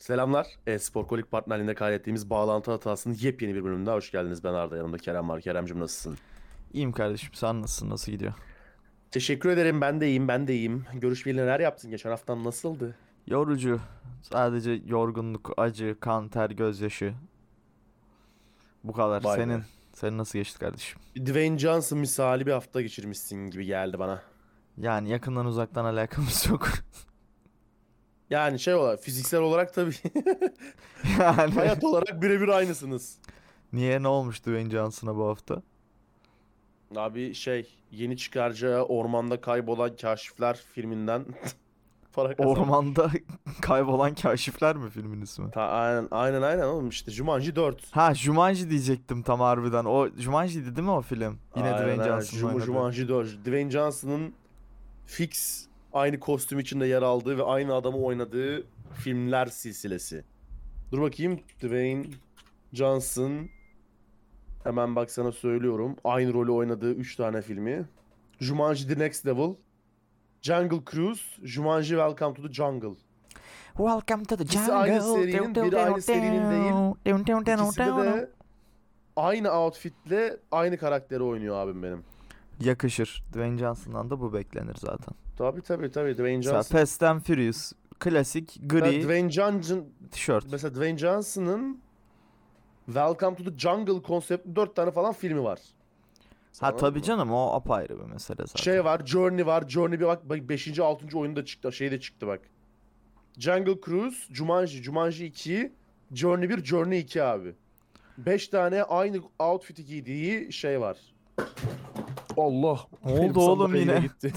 Selamlar. Spor Kolik partnerliğinde kaydettiğimiz bağlantı hatasının yepyeni bir bölümünde hoş geldiniz. Ben Arda, yanımda Kerem var. Keremcim nasılsın? İyiyim kardeşim, sen nasılsın, nasıl gidiyor? Teşekkür ederim. Ben de iyiyim, ben de iyiyim. Görüşmeyeli neler yaptın? Geçen haftan nasıldı? Yorucu, sadece yorgunluk, acı, kan, ter, gözyaşı, bu kadar. Vay be. Senin nasıl geçti kardeşim? Bir Dwayne Johnson misali bir hafta geçirmişsin gibi geldi bana. Yani yakından uzaktan alakamız yok. Yani şey olarak, fiziksel olarak tabii. Yani Hayat olarak birebir aynısınız. niye, ne olmuştu Dwayne Johnson'a bu hafta? Abi yeni çıkaracağı Ormanda Kaybolan Kaşifler filminden para kazanmış. Ormanda kaybolan kaşifler mi filmin ismi? Aynen oğlum işte Jumanji 4. Ha, Jumanji diyecektim tam harbiden. O Jumanji'di değil mi o film? Yine Dwayne Aynen. Johnson'ın oynadığı. Jumanji 4. Dwayne Johnson'ın fix aynı kostüm içinde yer aldığı ve aynı adamı oynadığı filmler silsilesi. Dur bakayım. Dwayne Johnson, hemen bak sana söylüyorum. Aynı rolü oynadığı 3 tane filmi. Jumanji The Next Level, Jungle Cruise, Jumanji Welcome to the Jungle. Welcome to the İkisi aynı serinin, biri aynı serinin değil. İkisinde de aynı outfitle aynı karakteri oynuyor abim benim. Yakışır. Dwayne Johnson'dan da bu beklenir zaten. Tabii Dwayne Mesela Johnson. Fast and Furious klasik gri tişört. Mesela Dwayne Johnson'ın Welcome to the Jungle konseptli 4 tane falan filmi var. Ha Anladın tabii mı? canım, o apayrı bir mesele zaten. Şey var, Journey var. Journey bir bak 5. 6. oyunda çıktı. Şey de çıktı bak. Jungle Cruise, Jumanji 2, Journey 1, Journey 2 abi. 5 tane aynı outfit'i giydiği şey var. Allah. Ne Benim oldu oğlum sandalye yine? gitti.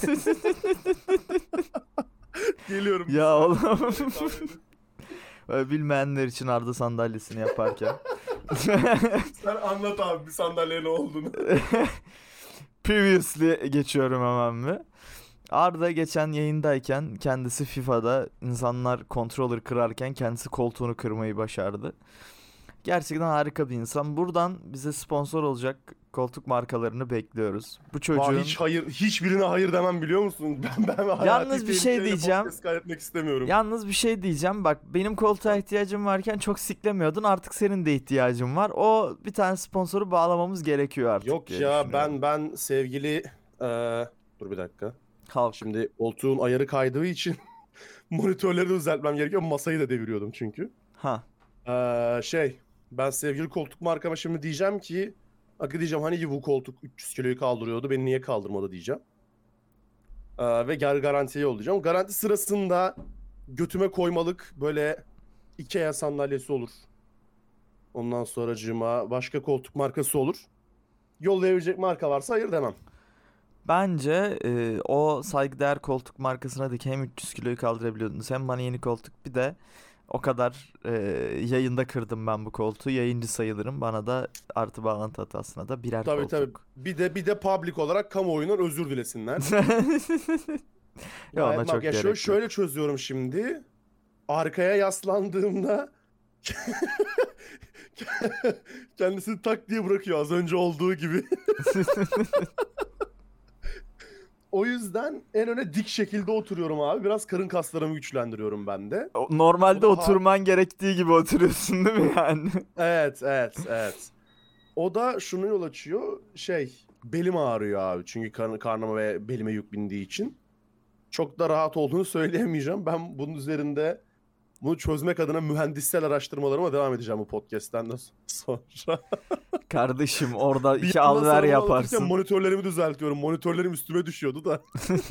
Geliyorum. Ya oğlum. Böyle bilmeyenler için Arda sandalyesini yaparken. Sen anlat abi bir sandalyeye ne olduğunu. Previously geçiyorum hemen mi? Arda geçen yayındayken kendisi FIFA'da insanlar controller kırarken kendisi koltuğunu kırmayı başardı. Gerçekten harika bir insan. Buradan bize sponsor olacak koltuk markalarını bekliyoruz. Bu çocuğun... Hiçbirine hayır demem biliyor musun? Ben hayati Yalnız bir şey tehlikeyle diyeceğim. podcast kaydetmek istemiyorum. Yalnız bir şey diyeceğim. Bak, benim koltuğa ihtiyacım varken çok siklemiyordun. Artık senin de ihtiyacın var. O bir tane sponsoru bağlamamız gerekiyor artık Yok diye ya düşünüyorum. ben sevgili dur bir dakika. Halk. Şimdi koltuğun ayarı kaydığı için monitörleri de düzeltmem gerekiyor. Masayı da deviriyordum çünkü. Ha. Ben sevgili koltuk markama şimdi diyeceğim ki Akı diyeceğim hani bu koltuk 300 kiloyu kaldırıyordu. Beni niye kaldırmadı diyeceğim. Ve garantiye yollayacağım. Garanti sırasında götüme koymalık böyle IKEA sandalyesi olur. Ondan sonracığıma başka koltuk markası olur. Yollayabilecek marka varsa hayır demem. Bence o saygıdeğer koltuk markasına da ki hem 300 kiloyu kaldırabiliyordunuz hem bana yeni koltuk, bir de o kadar yayında kırdım ben bu koltuğu. Yayıncı sayılırım. Bana da artı bağlantı hatasına da birer Tabii. koltuk. Bir de public olarak kamuoyundan özür dilesinler. Ya ona çok gerek yok. Şöyle çözüyorum şimdi. Arkaya yaslandığımda kendisini tak diye bırakıyor az önce olduğu gibi. O yüzden en öne dik şekilde oturuyorum abi. Biraz karın kaslarımı güçlendiriyorum ben de. Normalde O da oturman gerektiği gibi oturuyorsun değil mi yani? Evet. O da şunu yol açıyor. Belim ağrıyor abi. Çünkü karnıma ve belime yük bindiği için. Çok da rahat olduğunu söyleyemeyeceğim. Ben bunun üzerinde bunu çözmek adına mühendissel araştırmalarıma devam edeceğim bu podcast'ten de sonra. Kardeşim orada Bir iki yandan al ver sana bunu anlatırken yaparsın. monitörlerimi düzeltiyorum. Monitörlerim üstüme düşüyordu da.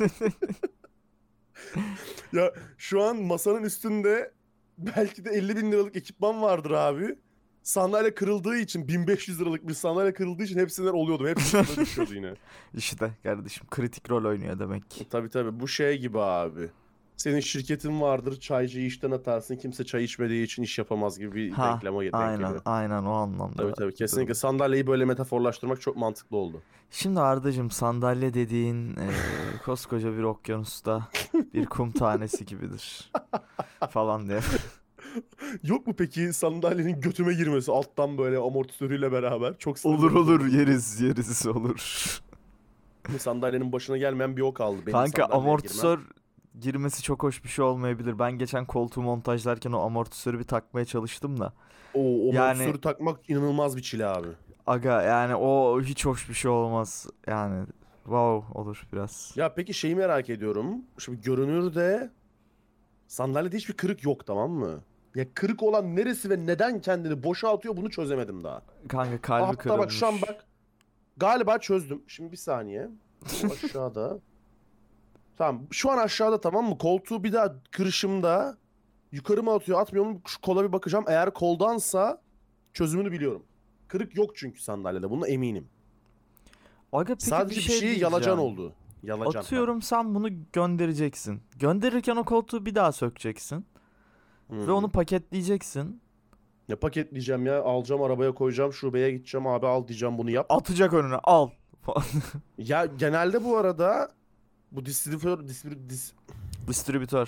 Ya şu an masanın üstünde belki de 50 bin liralık ekipman vardır abi. Sandalye kırıldığı için 1500 liralık bir sandalye kırıldığı için hepsinden oluyordum. Hepsi üstüme düşüyordu yine. İşte kardeşim kritik rol oynuyor demek ki. Tabii bu şey gibi abi. Senin şirketin vardır, çaycıyı işten atarsın, kimse çay içmediği için iş yapamaz gibi bir Ha, denkleme denk aynen geliyor. aynen o anlamda. Tabii kesinlikle sandalyeyi böyle metaforlaştırmak çok mantıklı oldu. Şimdi Ardacığım, sandalye dediğin koskoca bir okyanusta bir kum tanesi gibidir falan diye. Yok mu peki sandalyenin götüme girmesi alttan böyle amortisörüyle beraber? Çok Olur yeriz olur. Sandalyenin başına gelmeyen bir o kaldı. Benim Kanka sandalyeye amortisör girmesi çok hoş bir şey olmayabilir. Ben geçen koltuğu montajlarken o amortisörü bir takmaya çalıştım da. O Yani monitörü takmak inanılmaz bir çile abi. aga yani o hiç hoş bir şey olmaz. Yani wow olur biraz. Ya peki şeyi merak ediyorum. Şimdi görünürde sandalyede hiçbir kırık yok, tamam mı? Ya kırık olan neresi ve neden kendini boşaltıyor bunu çözemedim daha. Kanka kalbi Hatta bak şu an kırılmış. bak. Galiba çözdüm. Şimdi bir saniye. Bu aşağıda. Tamam. Şu an aşağıda, tamam mı? Koltuğu bir daha kırışımda yukarı mı atıyor atmıyor mu? Şu kola bir bakacağım. Eğer koldansa çözümünü biliyorum. Kırık yok çünkü sandalyede. Buna eminim. Aga peki bir Sadece bir şey şeyi yalacan diyeceğim. oldu. Yalacan. Ha. Atıyorum sen bunu göndereceksin. Gönderirken o koltuğu bir daha sökeceksin. Ve Hmm. onu paketleyeceksin. Ne paketleyeceğim ya? Alacağım, arabaya koyacağım, şubeye gideceğim, abi al diyeceğim, bunu yap. Atacak önüne al. Ya genelde bu arada bu Distribütör.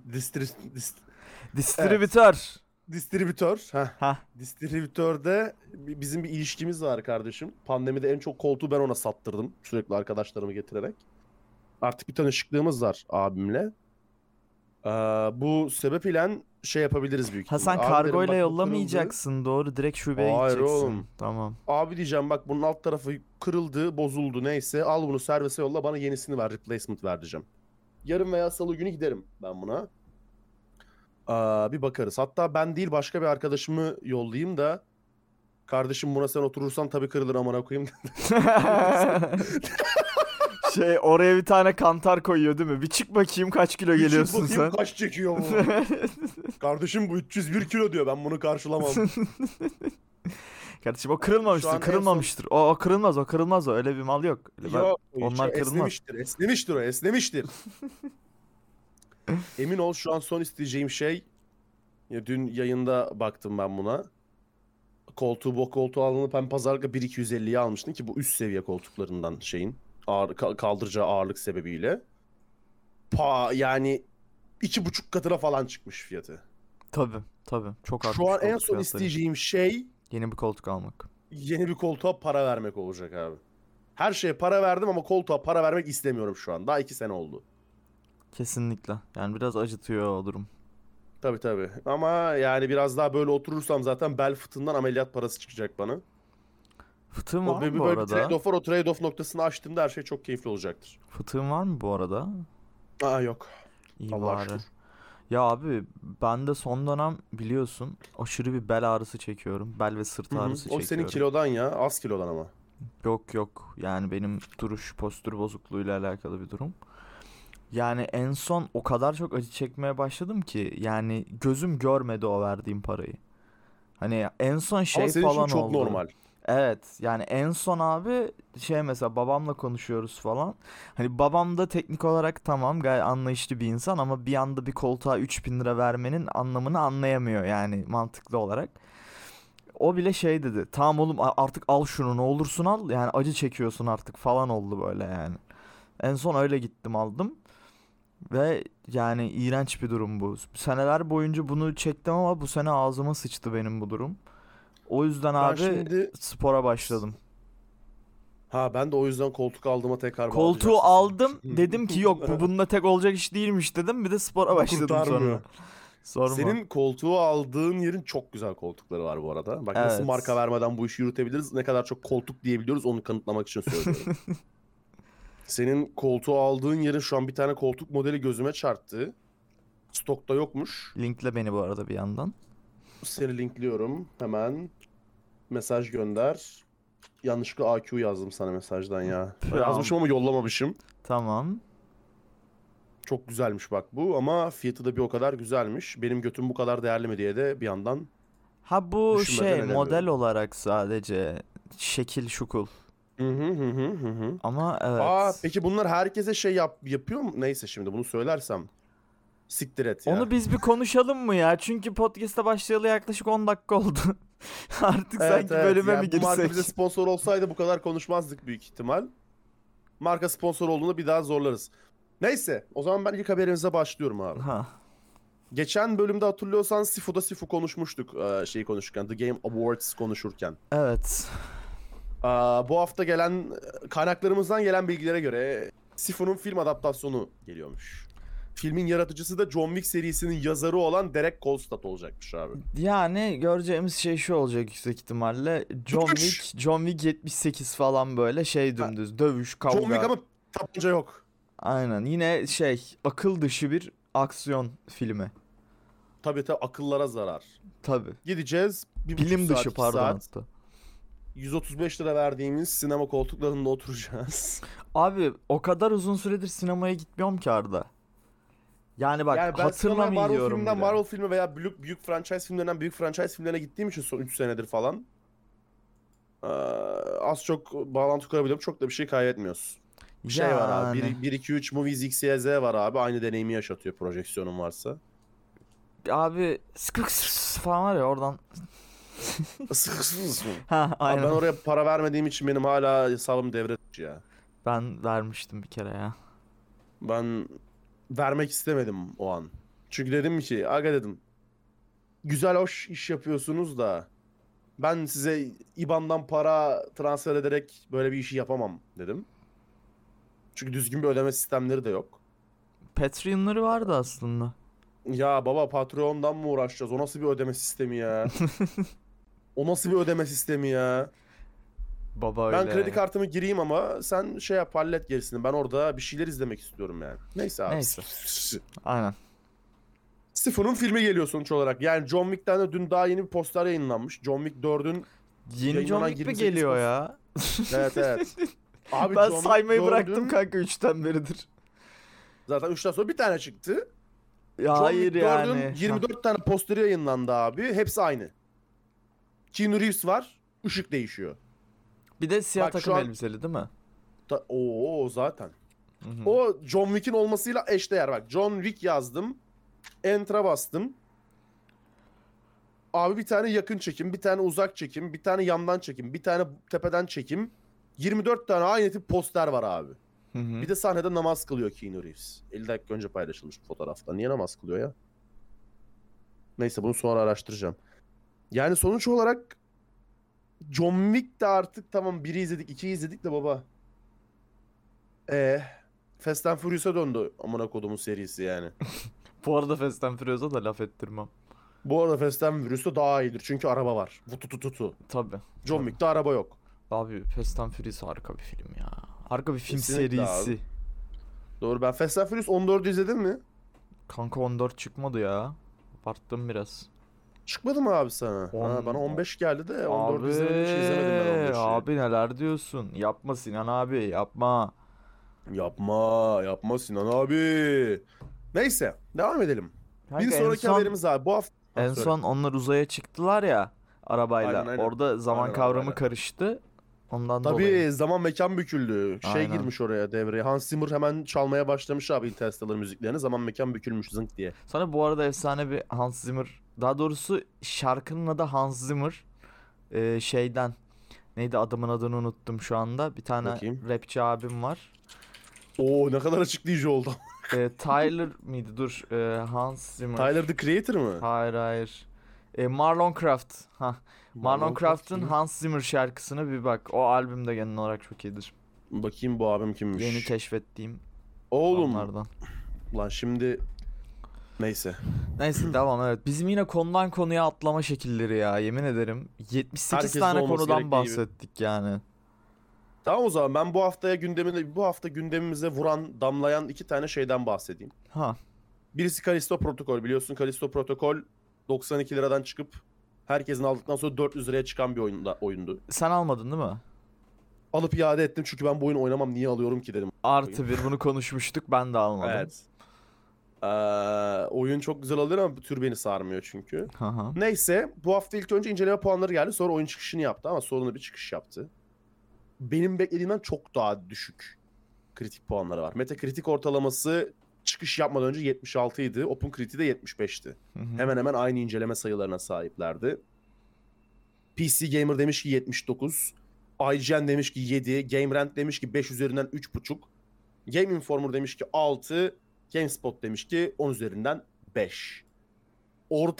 evet. Distribütör. Distribütör. Heh. Hah. Distribütörde bizim bir ilişkimiz var kardeşim. Pandemide en çok koltuğu ben ona sattırdım. Sürekli arkadaşlarımı getirerek. Artık bir tanışıklığımız var abimle. Bu sebep ile şey yapabiliriz büyük Ha sen ihtimalle. Abi derim kargoyla bak, bu kırıldı. yollamayacaksın. Doğru direkt şubeye Hayır gideceksin. oğlum. Tamam. Abi diyeceğim bak, bunun alt tarafı kırıldı, bozuldu, neyse. Al bunu servise yolla, bana yenisini ver, replacement ver diyeceğim. Yarın veya salı günü giderim ben buna. Bir bakarız. Hatta ben değil, başka bir arkadaşımı yollayayım da kardeşim buna sen oturursan tabii kırılır amına koyayım. Şey oraya bir tane kantar koyuyor değil mi? Bir çık bakayım kaç kilo Bir çık geliyorsun bakayım sen. kaç çekiyor bu. Kardeşim bu 301 kilo diyor, ben bunu karşılamam. Kardeşim o Şu kırılmamıştır, an en son... kırılmamıştır. O kırılmaz, o kırılmaz o. Öyle bir mal yok. Yok, Onlar kırılmaz. esnemiştir o, esnemiştir. Emin ol, şu an son isteyeceğim şey, ya dün yayında baktım ben buna. Bu koltuğu aldığında ben pazarlıkla 1.250'ye almıştım ki bu üst seviye koltuklarından şeyin kaldıracağı ağırlık sebebiyle. Yani 2,5 katına falan çıkmış fiyatı. Tabii, tabii. Çok Şu artmış an en koltuk son fiyatları. isteyeceğim şey Yeni bir koltuk almak. yeni bir koltuğa para vermek olacak abi. Her şeye para verdim ama koltuğa para vermek istemiyorum şu an. Daha 2 sene oldu. Kesinlikle. Yani biraz acıtıyor o durum. Tabii tabii. Ama yani biraz daha böyle oturursam zaten bel fıtığından ameliyat parası çıkacak bana. Fıtığın O var mı bu böyle bir arada? trade-off var. O trade-off noktasını açtığımda her şey çok keyifli olacaktır. Fıtığın var mı bu arada? Yok. İyi Allah'a bari. şükür. Ya abi ben de son dönem biliyorsun aşırı bir bel ağrısı çekiyorum. Bel ve sırt Hı hı. ağrısı O senin çekiyorum. kilodan ya. Az kilodan ama. Yok yok yani benim duruş postür bozukluğuyla alakalı bir durum. Yani en son o kadar çok acı çekmeye başladım ki yani gözüm görmedi o verdiğim parayı. Hani en son Ama şey senin için falan çok oldu. normal. Evet yani en son abi şey mesela babamla konuşuyoruz falan. Hani babam da teknik olarak tamam gayet anlayışlı bir insan ama bir anda bir koltuğa 3.000 lira vermenin anlamını anlayamıyor yani mantıklı olarak. O bile şey dedi, tamam oğlum artık al şunu ne olursun al yani acı çekiyorsun artık falan oldu böyle yani. En son öyle gittim aldım ve yani iğrenç bir durum bu. Seneler boyunca bunu çektim ama bu sene ağzıma sıçtı benim bu durum. O yüzden Ben abi şimdi... spora başladım. Ben de o yüzden koltuk aldığıma tekrar Koltuğu bağlayacaksın aldım sanmıştım. dedim ki yok bu bununla tek olacak iş değilmiş dedim bir de spora Bu başladım sonra. kurtarmıyor. Sorma. Senin koltuğu aldığın yerin çok güzel koltukları var bu arada. Bak nasıl marka Evet. vermeden bu işi yürütebiliriz, ne kadar çok koltuk diyebiliyoruz onu kanıtlamak için söylüyorum. Senin koltuğu aldığın yerin şu an bir tane koltuk modeli gözüme çarptı. Stokta yokmuş. Linkle beni bu arada bir yandan. Seni linkliyorum. Hemen mesaj gönder. Yanlışlıkla AQ yazdım sana mesajdan ya. Yazmışım ama yollamamışım. Tamam. Çok güzelmiş bak bu ama fiyatı da bir o kadar güzelmiş. Benim götüm bu kadar değerli mi diye de bir yandan Ha bu düşünmeden şey edemiyorum. model olarak sadece şekil şukul. Hı hı hı hı hı hı. Ama evet. Peki bunlar herkese şey yapıyor mu? Neyse şimdi bunu söylersem siktir et ya. Onu biz bir konuşalım mı ya? Çünkü podcast'a başlayalı yaklaşık 10 dakika oldu. Artık sanki bölüme mi Bu marka girsek? bize sponsor olsaydı bu kadar konuşmazdık büyük ihtimal. Marka sponsor olduğunda bir daha zorlarız. Neyse o zaman ben ilk haberimize başlıyorum abi. Ha. Geçen bölümde hatırlıyorsan Sifu konuşmuştuk. Şeyi konuşurken, The Game Awards konuşurken. Evet. Bu hafta kaynaklarımızdan gelen bilgilere göre Sifu'nun film adaptasyonu geliyormuş. filmin yaratıcısı da John Wick serisinin yazarı olan Derek Kolstad olacakmış abi. Yani göreceğimiz şey şu olacak yüksek ihtimalle. Dövüş. John Wick 78 falan böyle şey Ha, dümdüz. Dövüş, John Wick kavga. ama tabanca yok. Aynen. Yine şey akıl dışı bir aksiyon filmi. Tabii akıllara zarar. Tabii. Gideceğiz. 1,5 Bilim saat, dışı 2 pardon saat. hatta. 135 lira verdiğimiz sinema koltuklarında oturacağız. Abi o kadar uzun süredir sinemaya gitmiyorum ki Arda. Yani bak Yani ben sinemaya Marvel hatırlamıyorum filminden bile. Marvel filmi veya büyük franchise filmlerinden büyük franchise filmlerine gittiğim için son 3 senedir falan az çok bağlantı kurabiliyorum. Çok da bir şey kaybetmiyoruz. Bir şey var abi. Yani 1-2-3 Movies XYZ var abi. Aynı deneyimi yaşatıyor projeksiyonun varsa. abi falan var ya oradan. Ha Abi aynen. ben oraya para vermediğim için benim hala hesabım devre dışı ya. Ben vermiştim bir kere ya. Ben vermek istemedim o an. Çünkü dedim ki aga dedim güzel hoş iş yapıyorsunuz da ben size IBAN'dan para transfer ederek böyle bir işi yapamam dedim. Çünkü düzgün bir ödeme sistemleri de yok. Patreon'ları vardı aslında. Ya baba Patreon'dan mı uğraşacağız? O nasıl bir ödeme sistemi ya? O nasıl bir ödeme sistemi ya? Baba Ben öyle. kredi kartımı gireyim ama sen şey yap hallet gerisini. Ben orada bir şeyler izlemek istiyorum yani. Neyse abi. Neyse. Aynen. Sıfır'ın filmi geliyor sonuç olarak. Yani John Wick'ten de dün daha yeni bir poster yayınlanmış. John Wick 4'ün Yeni John yayınlanan Wick mi 28 geliyor ya? Evet evet. Abi Ben John Wick saymayı bıraktım 4'ün kanka 3'ten beridir. zaten 3'ten sonra bir tane çıktı. Ya John hayır Wick 4'ün yani. 24 tane posteri yayınlandı abi. Hepsi aynı. Keanu Reeves var. Işık değişiyor. Bir de siyah Bak şu takım an elbiseli değil mi? Oo zaten. Hı hı. O John Wick'in olmasıyla eşdeğer bak. John Wick yazdım. Enter'a bastım. Abi bir tane yakın çekim, bir tane uzak çekim, bir tane yandan çekim, bir tane tepeden çekim. 24 tane aynı tip poster var abi. Hı hı. Bir de sahnede namaz kılıyor Keanu Reeves. 50 dakika önce paylaşılmış bir fotoğrafta. Niye namaz kılıyor ya? Neyse bunu sonra araştıracağım. Yani sonuç olarak John Wick de artık tamam biri izledik, ikiyi izledik de baba. Fast and Furious'a döndü amına kodumun serisi yani. Bu arada Fast and Furious'a da laf ettirmem. Bu arada Fast and Furious'ta daha iyidir çünkü araba var. Vututututu. Tabii. John Tabii. Wick'te araba yok. Abi Fast and Furious harika bir film ya. Harika bir film Kesinlikle serisi. abi. Doğru, ben Fast and Furious 14'ü izledin mi? Kanka 14 çıkmadı ya. Abarttım biraz. Çıkmadı mı abi sana? Ha, bana 15 geldi de 14'ü izlemedim için izlemedim ben 15'i. Abi neler diyorsun? Yapma Sinan abi yapma. Yapma Sinan abi. Neyse devam edelim. Kanka Bir sonraki haberimiz abi. Bu hafta... Ha, en söyle. son onlar uzaya çıktılar ya arabayla. Aynen. Orada zaman Aynen, kavramı arabayla. karıştı. Ondan Tabii dolayı. zaman mekan büküldü. Şey Aynen. girmiş oraya devreye. Hans Zimmer hemen çalmaya başlamış abi Interstellar müziklerini. Zaman mekan bükülmüş zınk diye. Sana bu arada efsane bir Hans Zimmer. Daha doğrusu şarkının adı Hans Zimmer. Şeyden. Neydi adamın adını unuttum şu anda. Bir tane Bakayım. rapçi abim var. Oo ne kadar açıklayıcı oldu. Tyler mıydı? Dur. Hans Zimmer. Tyler the Creator mı? Hayır. Marlon Craft. Marlon Craft'ın mı? Hans Zimmer şarkısına bir bak. O albüm de genel olarak çok iyidir. Bakayım bu abim kimmiş. Yeni keşfettiğim Oğlum onlardan. lan şimdi neyse. Neyse devam evet. Bizim yine konudan konuya atlama şekilleri ya yemin ederim. 78 Herkesin tane olması konudan gerektiği gibi. bahsettik yani. Tamam o zaman ben bu hafta gündemimize vuran, damlayan iki tane şeyden bahsedeyim. Ha. Birisi Callisto Protocol. Biliyorsun Callisto Protocol 92 liradan çıkıp herkesin aldıktan sonra 400 liraya çıkan bir oyundu. Sen almadın değil mi? Alıp iade ettim çünkü ben bu oyunu oynamam niye alıyorum ki dedim. Artı bir bunu konuşmuştuk ben de almadım. Evet. Oyun çok güzel oluyor ama bu tür beni sarmıyor çünkü. Hı. Neyse bu hafta ilk önce inceleme puanları geldi, sonra oyun çıkışını yaptı ama sorunlu bir çıkış yaptı. Benim beklediğimden çok daha düşük kritik puanları var. Metacritic ortalaması çıkış yapmadan önce 76 idi. OpenCritic de 75'ti. Hemen hemen aynı inceleme sayılarına sahiplerdi. PC Gamer demiş ki 79. IGN demiş ki 7. GameRant demiş ki 5 üzerinden 3.5. Game Informer demiş ki 6. GameSpot demiş ki 10 üzerinden 5.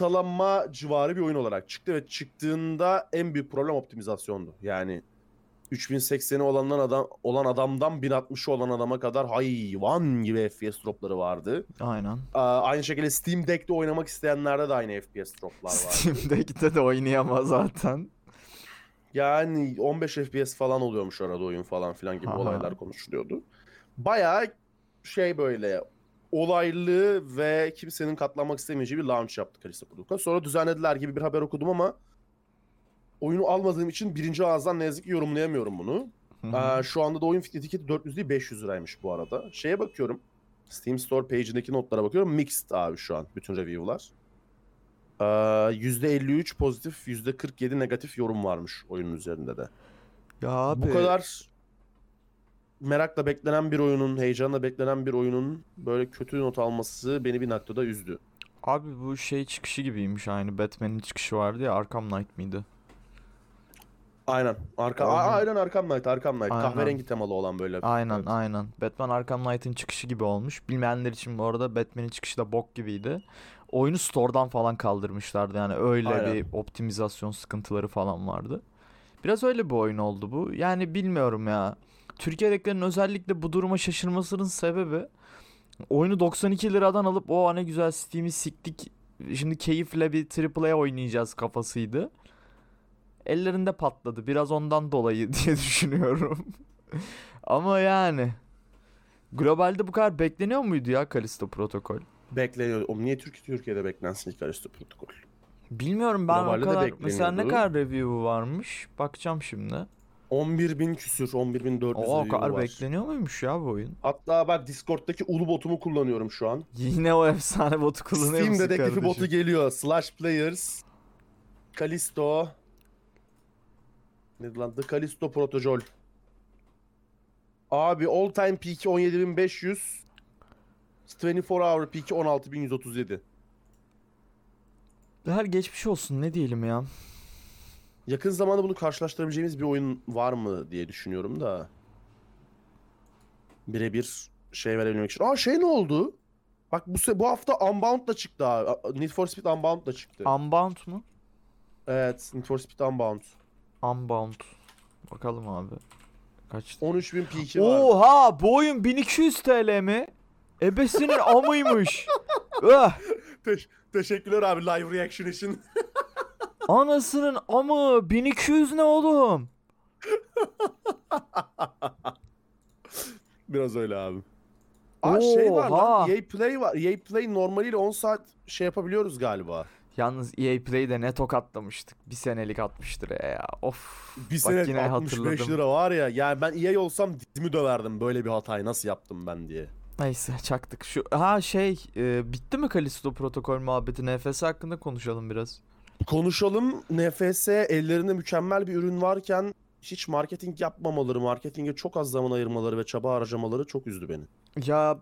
Ortalama civarı bir oyun olarak çıktı ve çıktığında en büyük problem optimizasyondu. Yani 3080'i olan adamdan 1060'ı olan adama kadar hayvan gibi FPS dropları vardı. Aynen. Aynı şekilde Steam Deck'te oynamak isteyenlerde de aynı FPS droplar vardı. Steam Deck'te de oynayamaz zaten. Yani 15 FPS falan oluyormuş arada oyun falan filan gibi Aha. olaylar konuşuluyordu. Bayağı böyle olaylı ve kimsenin katlanmak istemeyeceği bir launch yaptı Callisto Protocol. Sonra düzenlediler gibi bir haber okudum ama oyunu almadığım için birinci ağızdan ne yazık ki yorumlayamıyorum bunu. Şu anda da oyun etiketi 400 değil 500 liraymış bu arada. Şeye bakıyorum. Steam Store page'indeki notlara bakıyorum. Mixed abi şu an bütün review'lar. %53 pozitif, %47 negatif yorum varmış oyunun üzerinde de. Ya abi. Bu kadar merakla beklenen bir oyunun, heyecanla beklenen bir oyunun böyle kötü not alması beni bir noktada üzdü. Abi bu şey çıkışı gibiymiş, aynı Batman'in çıkışı vardı ya, Arkham Knight mıydı? Aynen. Aynen Arkham Knight. Aynen. Kahverengi temalı olan böyle. Aynen Evet. aynen. Batman Arkham Knight'ın çıkışı gibi olmuş. Bilmeyenler için bu arada Batman'in çıkışı da bok gibiydi. Oyunu store'dan falan kaldırmışlardı, yani öyle Aynen. bir optimizasyon sıkıntıları falan vardı. Biraz öyle bir oyun oldu bu. Yani bilmiyorum ya. Türkiye'dekilerin özellikle bu duruma şaşırmasının sebebi, oyunu 92 liradan alıp o ne güzel Steam'i siktik, şimdi keyifle bir AAA oynayacağız kafasıydı. Ellerinde patladı. Biraz ondan dolayı diye düşünüyorum. Ama yani globalde bu kadar bekleniyor muydu ya Callisto Protocol? Bekleniyor. Niye Türkiye'de beklensin ilk Callisto Protocol? Bilmiyorum ben Globalde o de kadar. Mesela ne bekleniyordu. kadar review'u varmış? Bakacağım şimdi. 11.000 küsür, 11.400 O review kadar var. bekleniyor muymuş ya bu oyun? Hatta bak Discord'daki ulu botumu kullanıyorum şu an. Yine o efsane botu kullanıyor Steam musun dedektifi kardeşim? botu geliyor. Slash Players. Callisto. Ne lan? The Callisto Protocol. Abi all time peak'i 17.500. 24 hour peak'i 16.137. Her geçmiş olsun, ne diyelim ya. Yakın zamanda bunu karşılaştırabileceğimiz bir oyun var mı diye düşünüyorum da. Birebir şey verebilmek için. Şey ne oldu? Bak bu hafta Unbound da çıktı abi. Need for Speed Unbound da çıktı. Unbound mu? Evet, Need for Speed Unbound. Unbound. Bakalım abi. Kaç? 13.000 peak'i var. Oha, bu oyun 1200 TL mi? Ebesinin amıymış. Teşekkürler abi live reaction için. Anasının amı, 1200 ne oğlum? Biraz öyle abi. Şey var Oha. lan. EA Play var. EA Play normaliyle 10 saat şey yapabiliyoruz galiba. Yalnız EA Play'de ne tokatlamıştık. Bir senelik 60 liraya ya. Of. Bir Bak sene yine 65 hatırladım. lira var ya. Yani ben EA olsam dizimi döverdim. Böyle bir hatayı nasıl yaptım ben diye. Neyse çaktık. Bitti mi Callisto Protokol muhabbeti? NFS hakkında konuşalım biraz. Konuşalım. NFS ellerinde mükemmel bir ürün varken hiç marketing yapmamaları, marketinge çok az zaman ayırmaları ve çaba harcamaları çok üzdü beni. Ya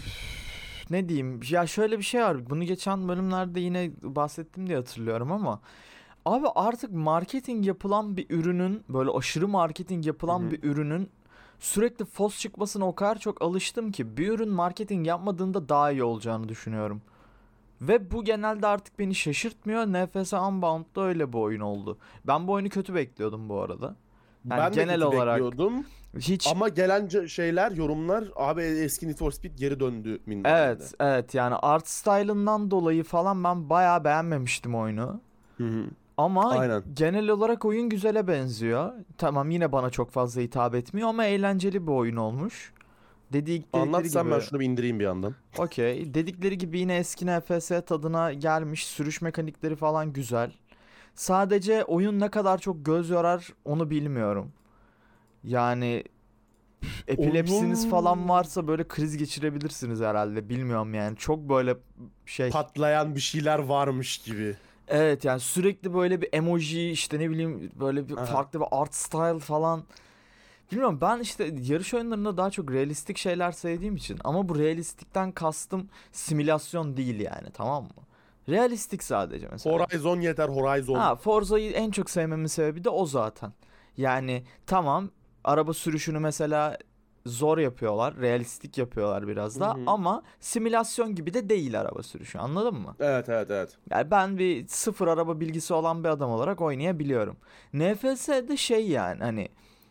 ne diyeyim? Ya şöyle bir şey var. Bunu geçen bölümlerde yine bahsettim diye hatırlıyorum ama abi artık marketing yapılan bir ürünün, böyle aşırı marketing yapılan Hı hı. bir ürünün sürekli fos çıkmasına o kadar çok alıştım ki bir ürün marketing yapmadığında daha iyi olacağını düşünüyorum. Ve bu genelde artık beni şaşırtmıyor. NFS Unbound da öyle bir oyun oldu. Ben bu oyunu kötü bekliyordum bu arada. Yani Ben de genel kötü olarak bekliyordum. hiç. Ama gelen şeyler, yorumlar abi eski Need for Speed geri döndü minvalinde. Evet yani art style'ından dolayı falan ben bayağı beğenmemiştim oyunu. Hı hı. Ama Aynen. genel olarak oyun güzele benziyor. Tamam, yine bana çok fazla hitap etmiyor ama eğlenceli bir oyun olmuş. Dedikleri Anlatsan gibi. ben şunu bir indireyim bir yandan. Okey. Dedikleri gibi yine eski NFS tadına gelmiş. Sürüş mekanikleri falan güzel. Sadece oyun ne kadar çok göz yorar onu bilmiyorum. Yani epilepsiniz Oyun falan varsa böyle kriz geçirebilirsiniz herhalde. Bilmiyorum yani. Çok böyle şey. patlayan bir şeyler varmış gibi. Evet yani sürekli böyle bir emoji, işte ne bileyim böyle bir Aha. farklı bir art style falan. Bilmiyorum, ben işte yarış oyunlarında daha çok realistik şeyler sevdiğim için, ama bu realistikten kastım simülasyon değil yani, tamam mı? Realistik sadece mesela. Horizon yeter, Horizon. Ha, Forza'yı en çok sevmemin sebebi de o zaten. Yani tamam, araba sürüşünü mesela zor yapıyorlar, realistik yapıyorlar biraz da, Hı hı. ama simülasyon gibi de değil araba sürüşü, anladın mı? Evet. Yani ben bir sıfır araba bilgisi olan bir adam olarak oynayabiliyorum. NFS'de şey yani hani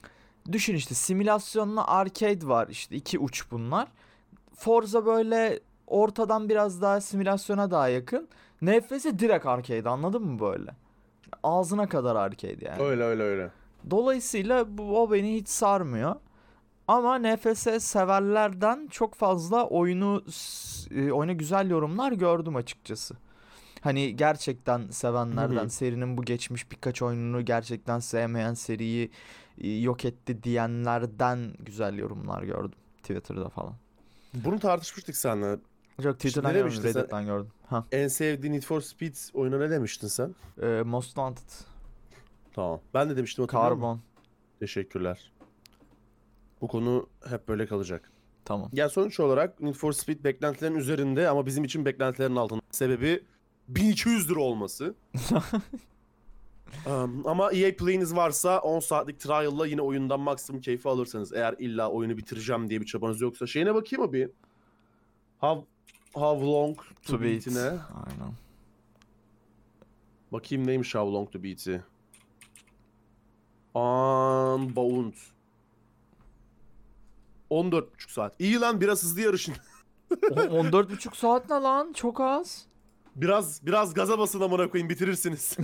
Düşün işte, simülasyonla arcade var, işte iki uç bunlar. Forza böyle ortadan biraz daha simülasyona daha yakın. NFS direkt arcade, anladın mı böyle? Ağzına kadar arcade yani. Öyle öyle öyle. Dolayısıyla o beni hiç sarmıyor. Ama NFS severlerden çok fazla oyuna güzel yorumlar gördüm açıkçası. Hani gerçekten sevenlerden, serinin bu geçmiş birkaç oyununu gerçekten sevmeyen, seriyi yok etti diyenlerden güzel yorumlar gördüm Twitter'da falan. Bunu tartışmıştık seninle. Yok, İşte Twitter'dan ne görmedim, demiştin sen? Reddit'ten gördüm. Ha. En sevdiğin Need for Speed oyunu ne demiştin sen? Most Wanted, Tamam. Ben de demiştim, hatırlıyor musun? Carbon. Teşekkürler. Bu konu hep böyle kalacak. Tamam. Yani sonuç olarak Need for Speed beklentilerin üzerinde ama bizim için beklentilerin altında. Sebebi 1200 lira olması. Ama EA Play'iniz varsa 10 saatlik trial'la yine oyundan maksimum keyfi alırsanız. Eğer illa oyunu bitireceğim diye bir çabanız yoksa. Şeyine bakayım mı bir? How long to beat'ine. Aynen. Bakayım neymiş How long to beat'i. Unbound. 14,5 saat. İyi lan, biraz hızlı yarışın. 14,5 saat ne lan? Çok az. Biraz gaza basın amına koyayım, bitirirsiniz.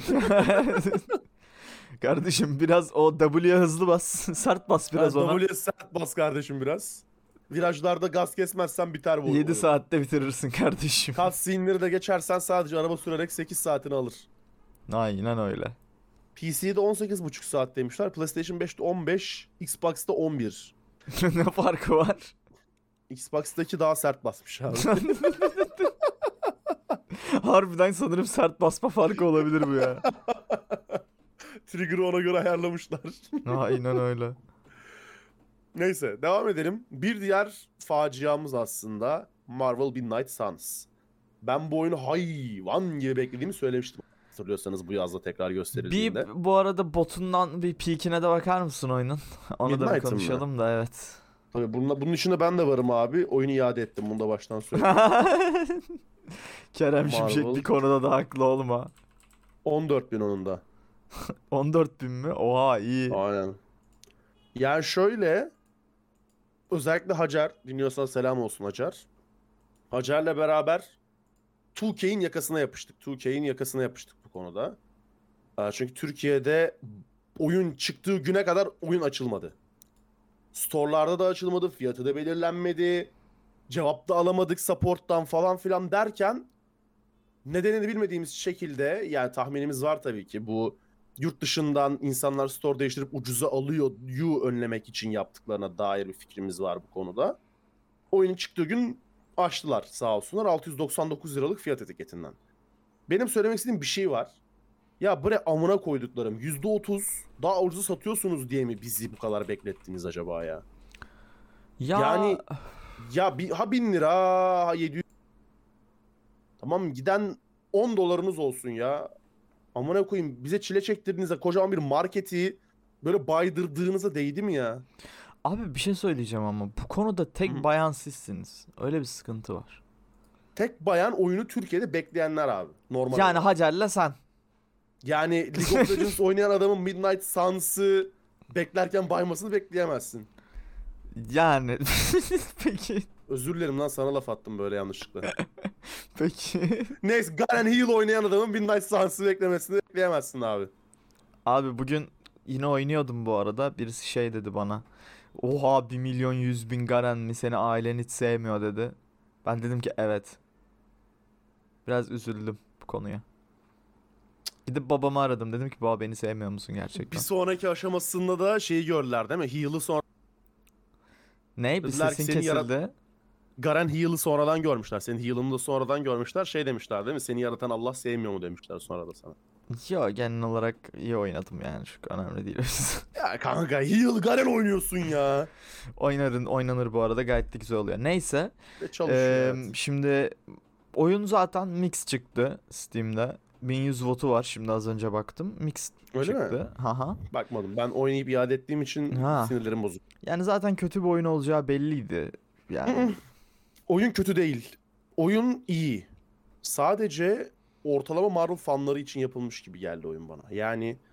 Kardeşim biraz o W'ye hızlı bas. Sert bas biraz ona. W'ye sert bas kardeşim biraz. Virajlarda gaz kesmezsen biter bu. 7 saatte bitirirsin kardeşim. Cutscene'leri de geçersen sadece araba sürerek 8 saatini alır. Aynen öyle. PC'de 18,5 saat demişler. PlayStation 5'te 15, Xbox'ta 11. Ne farkı var? Xbox'taki daha sert basmış abi. Harbiden sanırım sert basma farkı olabilir bu ya. Trigger'ı ona göre ayarlamışlar. Aynen öyle. Neyse, devam edelim. Bir diğer faciamız aslında Marvel Midnight Suns. Ben bu oyunu hayvan gibi beklediğimi söylemiştim. Hatırlıyorsanız bu yazda tekrar gösterildiğinde. Bu arada botundan bir peak'ine de bakar mısın oyunun? Onu da bir Midnight'ın mı? konuşalım da, evet. Tabii bunun içinde ben de varım abi. Oyunu iade ettim. Bunu da baştan söyleyeyim. Kerem Şimşek Marvel. bir konuda da haklı olma. 14.000 onun da. 14.000 mi? Oha, iyi. Aynen. Yani şöyle, özellikle Hacer, dinliyorsan selam olsun Hacer. Hacer'le beraber 2K'in yakasına yapıştık. 2K'in yakasına yapıştık bu konuda. Çünkü Türkiye'de oyun çıktığı güne kadar oyun açılmadı. Store'larda da açılmadı, fiyatı da belirlenmedi. Cevap da alamadık support'tan falan filan derken nedenini bilmediğimiz şekilde, yani tahminimiz var tabii ki, bu yurt dışından insanlar store değiştirip ucuza alıyor önlemek için yaptıklarına dair bir fikrimiz var bu konuda. Oyunun çıktığı gün açtılar sağ olsunlar 699 liralık fiyat etiketinden. Benim söylemek istediğim bir şey var. Ya bre amına koyduklarım, %30 daha ucuza satıyorsunuz diye mi bizi bu kadar beklettiniz acaba ya? Ya Yani ya ha 1000 lira ha 700. Tamam, giden 10 dolarınız olsun ya. Amına koyayım, bize çile çektirdiğinizde kocaman bir marketi böyle baydırdığınıza değdi mi ya? abi bir şey söyleyeceğim ama bu konuda tek Hı. bayan sizsiniz. Öyle bir sıkıntı var. Tek bayan oyunu Türkiye'de bekleyenler abi. Normal Yani olarak. Hacer'le sen. Yani League of Legends oynayan adamın Midnight Suns'ı beklerken baymasını bekleyemezsin. Yani peki. Özür dilerim lan, sana laf attım böyle yanlışlıkla. Peki. Neyse, Garen Heal oynayan adamın Midnight Suns'ı beklemesini bekleyemezsin abi. Abi bugün yine oynuyordum bu arada. Birisi şey dedi bana. Oha 1.100.000 Garen mi, seni ailen hiç sevmiyor dedi. Ben dedim ki evet. Biraz üzüldüm bu konuya. Gidip babamı aradım, dedim ki baba beni sevmiyor musun Bir gerçekten? sonraki aşamasında da şeyi gördüler değil mi? Heal'ı sonra... Ne? Bir Dediler ki sesin seni kesildi. Garen Heal'ı sonradan görmüşler. Senin Heal'ını da sonradan görmüşler. Şey demişler değil mi? Seni yaratan Allah sevmiyor mu demişler sonra da sana. Yo, genel olarak iyi oynadım yani, çok önemli değil. Ya kanka, Heal Garen oynuyorsun ya. Oynanır bu arada, gayet de güzel oluyor. Neyse. Ve çalışıyor. Evet. Şimdi oyun zaten mix çıktı Steam'de. 1100 votu var, şimdi az önce baktım. Mix Öyle mi? çıktı. Haha. Bakmadım. Ben oynayıp iade ettiğim için Ha. sinirlerim bozuk. Yani zaten kötü bir oyun olacağı belliydi. Yani Oyun kötü değil. Oyun iyi. Sadece ortalama Marvel fanları için yapılmış gibi geldi oyun bana. Yani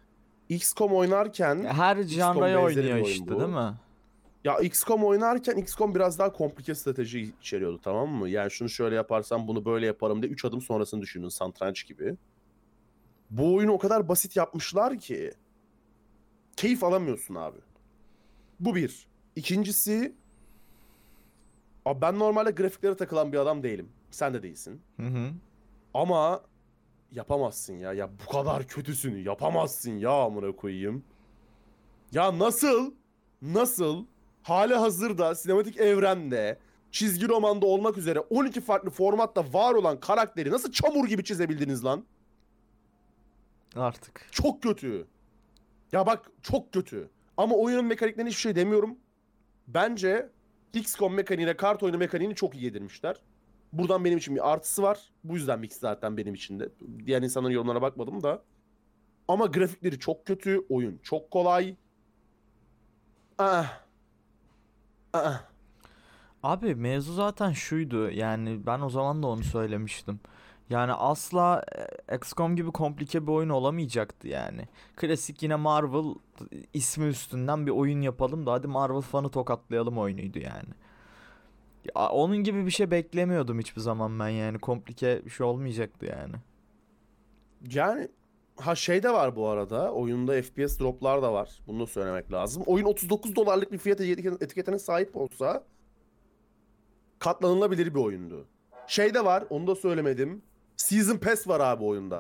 XCOM oynarken Her janraya benzeri bir oynuyor oyun işte bu. değil mi? Ya XCOM oynarken XCOM biraz daha komplike strateji içeriyordu, tamam mı? Yani şunu şöyle yaparsam bunu böyle yaparım diye 3 adım sonrasını düşünün, satranç gibi. Bu oyunu o kadar basit yapmışlar ki keyif alamıyorsun abi. Bu bir. İkincisi, abi ben normalde grafiklere takılan bir adam değilim. Sen de değilsin. Hı hı. Ama yapamazsın ya. Ya bu kadar kötüsünü yapamazsın ya, amına koyayım. Ya nasıl hali hazırda sinematik evrende çizgi romanda olmak üzere 12 farklı formatta var olan karakteri nasıl çamur gibi çizebildiniz lan? Artık. Çok kötü. Ya bak, çok kötü. Ama oyunun mekaniklerine hiçbir şey demiyorum. Bence XCOM mekaniğine kart oyunu mekaniğini çok iyi yedirmişler. Buradan benim için bir artısı var. Bu yüzden mix zaten benim için de. Diğer insanların yorumlarına bakmadım da. Ama grafikleri çok kötü. Oyun çok kolay. Ah. Ah. Abi mevzu zaten şuydu, yani ben o zaman da onu söylemiştim. Yani asla XCOM gibi komplike bir oyun olamayacaktı yani. Klasik yine Marvel ismi üstünden bir oyun yapalım da hadi Marvel fanı tokatlayalım oyunuydu yani. Ya, onun gibi bir şey beklemiyordum hiçbir zaman ben, yani komplike bir şey olmayacaktı yani. Yani şey de var bu arada. Oyunda FPS droplar da var. Bunu da söylemek lazım. Oyun 39 dolarlık bir fiyat etiketine sahip olsa katlanılabilir bir oyundu. Şey de var, onu da söylemedim. Season Pass var abi oyunda.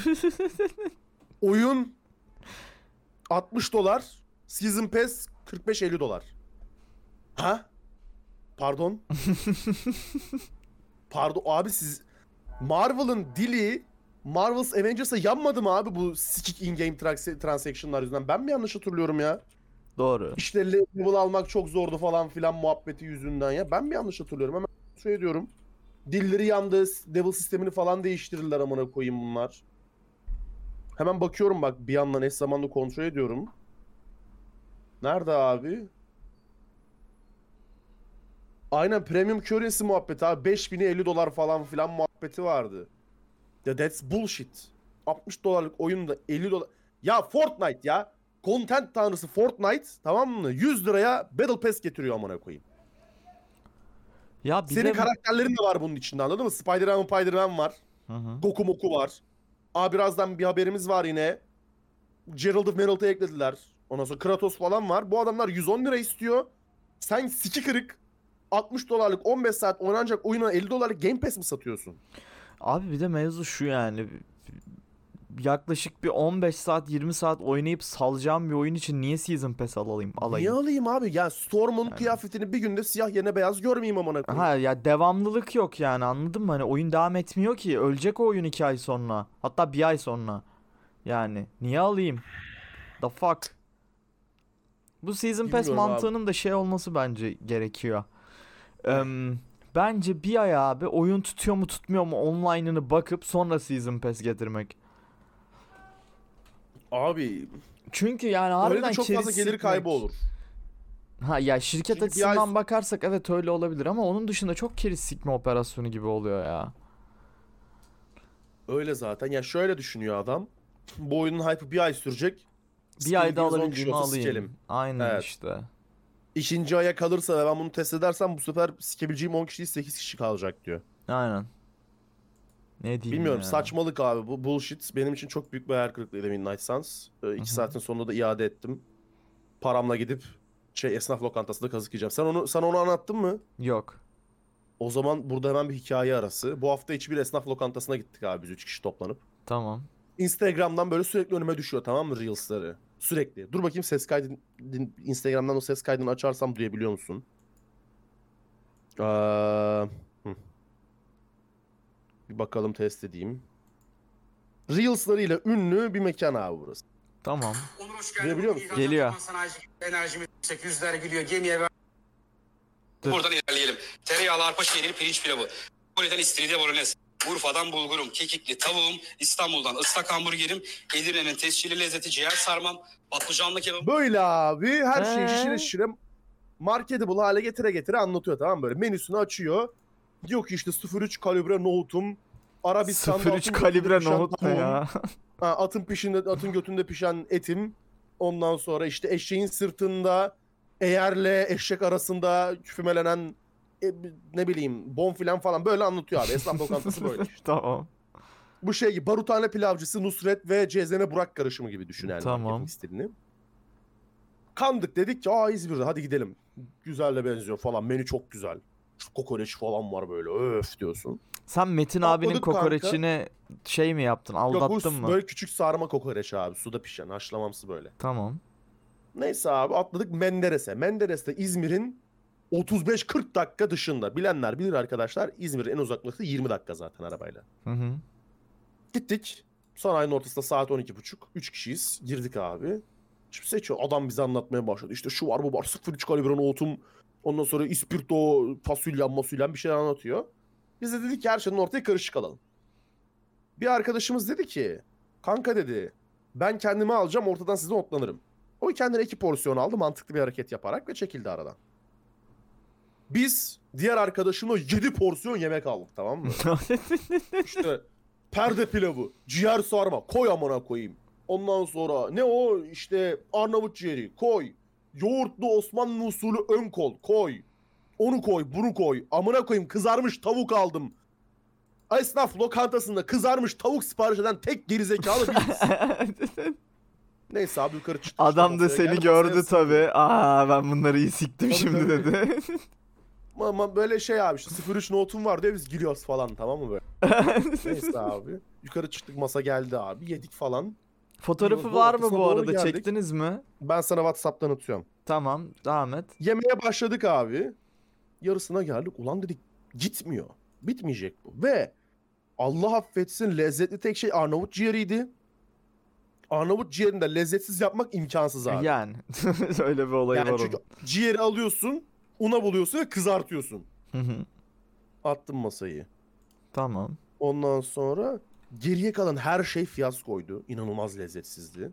Oyun 60 dolar. Season Pass 45-50 dolar. Ha? Pardon? Pardon abi, siz Marvel'ın dili Marvel's Avengers'a yanmadı mı abi bu sikik in-game transaction'lar yüzünden? Ben mi yanlış hatırlıyorum ya? Doğru. İşte level almak çok zordu falan filan muhabbeti yüzünden ya. Ben mi yanlış hatırlıyorum? Hemen şey diyorum. Dilleri yandı, level sistemini falan değiştirdiler, amına koyayım bunlar. Hemen bakıyorum bak, bir yandan eş zamanlı kontrol ediyorum. Nerede abi? Aynen, premium currency muhabbeti abi. 5000'e 50 dolar falan filan muhabbeti vardı. Ya that's bullshit. 60 dolarlık oyunda 50 dolar. Ya Fortnite ya. Content tanrısı Fortnite, tamam mı? 100 liraya Battle Pass getiriyor, amına koyayım. Ya bir Senin de karakterlerin de var bunun içinde, anladın mı? Spider-Man var. hı hı. Goku Moku var. Aa, birazdan bir haberimiz var yine. Geralt'ı eklediler. Ondan sonra Kratos falan var. Bu adamlar 110 lira istiyor. Sen siki kırık 60 dolarlık 15 saat oynanacak oyuna 50 dolarlık Game Pass mi satıyorsun? Abi bir de mevzu şu, yani yaklaşık bir 15 saat 20 saat oynayıp salacağım bir oyun için niye Season Pass Niye alayım? alayım abi? Ya Storm'un Yani. kıyafetini bir günde siyah yerine beyaz görmeyeyim, amına koyayım. Ha ya, devamlılık yok yani, anladın mı? Hani oyun devam etmiyor ki. Ölecek o oyun 2 ay sonra. Hatta bir ay sonra. Yani niye alayım? The fuck? Bu Season Pass Bilmiyorum abi. mantığının da şey olması bence gerekiyor. Bence bir ay abi oyun tutuyor mu tutmuyor mu online'ını bakıp sonra Season Pass getirmek. Abi Çünkü yani öyle de harbiden çok fazla keriz gelir kaybı sikmek. olur. Ha ya, şirket Çünkü bir ay açısından bakarsak evet öyle olabilir ama onun dışında çok keriz sikme operasyonu gibi oluyor ya. öyle zaten. Ya şöyle düşünüyor adam. Bu oyunun hype'ı bir ay sürecek. Bir ayda Sikebildiğimiz 10 kişi alabildiğimi olsa alayım. sikelim. Aynen Evet. işte. İkinci aya kalırsa ve ben bunu test edersem bu sefer sikebileceğim 10 kişi değil 8 kişi kalacak diyor. Aynen. Ne diyeyim Bilmiyorum, ya. saçmalık abi, bu bullshit. Benim için çok büyük bir hayal kırıklığıydı Midnight Suns. Hı 2 hı. saatin sonunda da iade ettim. Paramla gidip esnaf lokantasında kazık yiyeceğim. Sen onu anlattın mı? Yok. O zaman burada hemen bir hikaye arası. Bu hafta içi bir esnaf lokantasına gittik abi biz 3 kişi toplanıp. Tamam. Instagram'dan böyle sürekli önüme düşüyor, tamam mı, Reels'ları? Sürekli. Dur bakayım, ses kaydını Instagram'dan o ses kaydını açarsam duyabiliyor musun? Aa, bir bakalım, test edeyim. Reels'larıyla ünlü bir mekan abi burası. Tamam. Onur hoş geldin. Duyabiliyor musun? Geliyor. Enerjimiz yüksek, yüzler gülüyor, gemiye ver. Dur. Buradan ilerleyelim. Tereyağlı arpa şehriyeli pirinç pilavı. Kore'den istiridye bolognese. Urfa'dan bulgurum, kekikli tavuğum, İstanbul'dan ıslak hamburgerim, Edirne'nin tescilli lezzeti ciğer sarmam, patlıcanlı kebabım. Böyle abi her şeyi şişire Ee? şişire marketable hale getire getire anlatıyor, tamam mı? Böyle menüsünü açıyor. Diyor ki işte 0.3 kalibre nohutum, Arabistan'da 03 atın kalibre götünde pişen nohut ne tavuğum. ya? Atın götünde pişen etim. Ondan sonra işte eşeğin sırtında eğerle eşek arasında küfümelenen ne bileyim bonfilen falan böyle anlatıyor abi. Esnaf lokantası böyle işte. Tamam. Bu şey gibi Barutane pilavcısı Nusret ve Cezene Burak karışımı gibi düşün yani Tamam. marketing stilini. Kandık dedik ki İzmir'de hadi gidelim. Güzel de benziyor falan, menü çok güzel. Şu kokoreç falan var böyle öf diyorsun. Sen Metin abinin Atladık kanka. kokoreçini şey mi yaptın? Yok Aldattın bu mı? böyle küçük sarma kokoreç abi, suda pişen haşlamamsı böyle. Tamam. Neyse abi atladık Menderes'e. Menderes de İzmir'in 35-40 dakika dışında. Bilenler bilir arkadaşlar, İzmir'in en uzak noktası 20 dakika zaten arabayla. Hı hı. Gittik. Sanayinin ortasında saat 12.30. 3 kişiyiz. Girdik abi. Şimdi seçiyor. Adam bize anlatmaya başladı. İşte şu var bu var. 0.3 kalibre nohutum. Ondan sonra ispirto, fasulyen bir şeyler anlatıyor. Biz de dedik ki her şeyden ortaya karışık alalım. Bir arkadaşımız dedi ki kanka dedi ben kendimi alacağım, ortadan size otlanırım. O kendine 2 porsiyon aldı mantıklı bir hareket yaparak ve çekildi aradan. Biz diğer arkadaşımla 7 porsiyon yemek aldık, tamam mı? İşte perde pilavı, ciğer sarma koy amına koyayım. Ondan sonra ne o işte Arnavut ciğeri koy. Yoğurtlu Osmanlı usulü ön kol koy. Onu koy, bunu koy. Amına koyayım kızarmış tavuk aldım. Esnaf lokantasında kızarmış tavuk sipariş eden tek gerizekalı biziz. Neyse abi yukarı çıktık. Adam da Masaya seni geldi, gördü masaya tabi. sığındı. Ben bunları iyi siktim Tabii, şimdi tabii. dedi. Ama böyle şey abi işte 0.3 notum var diye biz giriyoruz falan, tamam mı böyle? Neyse abi. Yukarı çıktık, masa geldi abi. Yedik falan. Fotoğrafı Yolun var mı ortasına bu doğru arada? geldik. Çektiniz mi? Ben sana WhatsApp'tan atıyorum. Tamam, devam et. Yemeğe başladık abi. Yarısına geldik. Ulan dedik gitmiyor. Bitmeyecek bu. Ve Allah affetsin lezzetli tek şey Arnavut ciğeriydi. Arnavut ciğerini de lezzetsiz yapmak imkansız abi. Yani öyle bir olay Yani var çünkü onun. ciğeri alıyorsun, una buluyorsun ve kızartıyorsun. Hı hı. Attım masayı. Tamam. Ondan sonra geriye kalan her şey fiyaskoydu. İnanılmaz lezzetsizdi.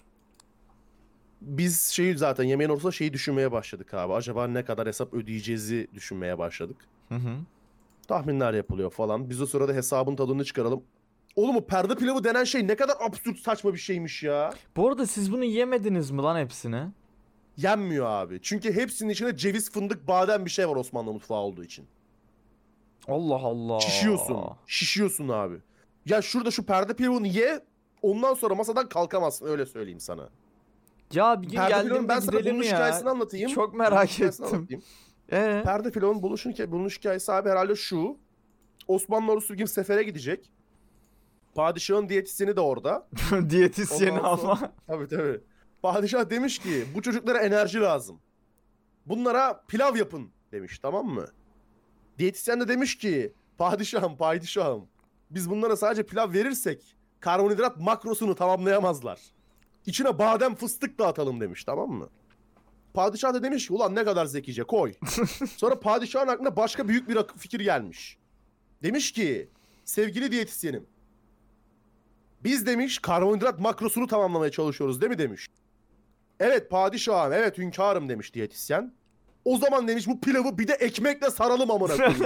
Biz zaten yemeğin ortasında şeyi düşünmeye başladık abi. Acaba ne kadar hesap ödeyeceğizi düşünmeye başladık. Hı hı. Tahminler yapılıyor falan. Biz o sırada hesabın tadını çıkaralım. Oğlum o perde pilavı denen şey ne kadar absürt saçma bir şeymiş ya. Bu arada siz bunu yemediniz mi lan hepsini? Yenmiyor abi. Çünkü hepsinin içinde ceviz, fındık, badem bir şey var Osmanlı mutfağı olduğu için. Allah Allah. Şişiyorsun. Şişiyorsun abi. Ya şurada şu perde pilavını ye. Ondan sonra masadan kalkamazsın, öyle söyleyeyim sana. Ya bir gün Perde pilavın geldiğimde ben sana gidelim bulunuş ya. hikayesini anlatayım. Çok merak Bulunuş hikayesini ettim. anlatayım. Perde pilavın bulunuş hikayesi abi herhalde şu. Osmanlı ordusu bir gün sefere gidecek. Padişahın diyetisyeni de orada. Diyetisyeni Ondan sonra- ama. Tabii. Padişah demiş ki bu çocuklara enerji lazım. Bunlara pilav yapın demiş, tamam mı? Diyetisyen de demiş ki padişahım biz bunlara sadece pilav verirsek karbonhidrat makrosunu tamamlayamazlar. İçine badem fıstık da atalım demiş, tamam mı? Padişah da demiş ki ulan ne kadar zekice koy. Sonra padişahın aklına başka büyük bir fikir gelmiş. Demiş ki sevgili diyetisyenim biz demiş karbonhidrat makrosunu tamamlamaya çalışıyoruz değil mi demiş. Evet padişahım, evet hünkârım demiş diyetisyen. O zaman demiş bu pilavı bir de ekmekle saralım amına koyayım.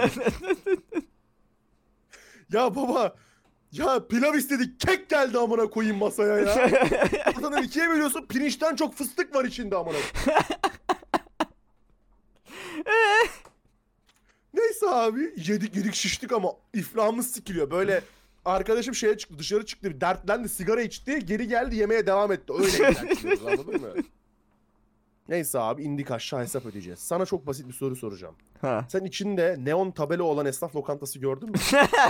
Ya baba ya pilav istedik kek geldi amına koyayım masaya ya. Ortadan ikiye bölüyorsun, pirinçten çok fıstık var içinde amına koyayım. Neyse abi yedik şiştik ama iflahımız sikiliyor. Böyle arkadaşım şeye çıktı, dışarı çıktı, dertlendi, sigara içti, geri geldi yemeğe devam etti. Öyle ilaçlıyoruz, anladın mı? Neyse abi indik aşağı, hesap ödeyeceğiz. Sana çok basit bir soru soracağım. Ha. Sen içinde neon tabela olan esnaf lokantası gördün mü?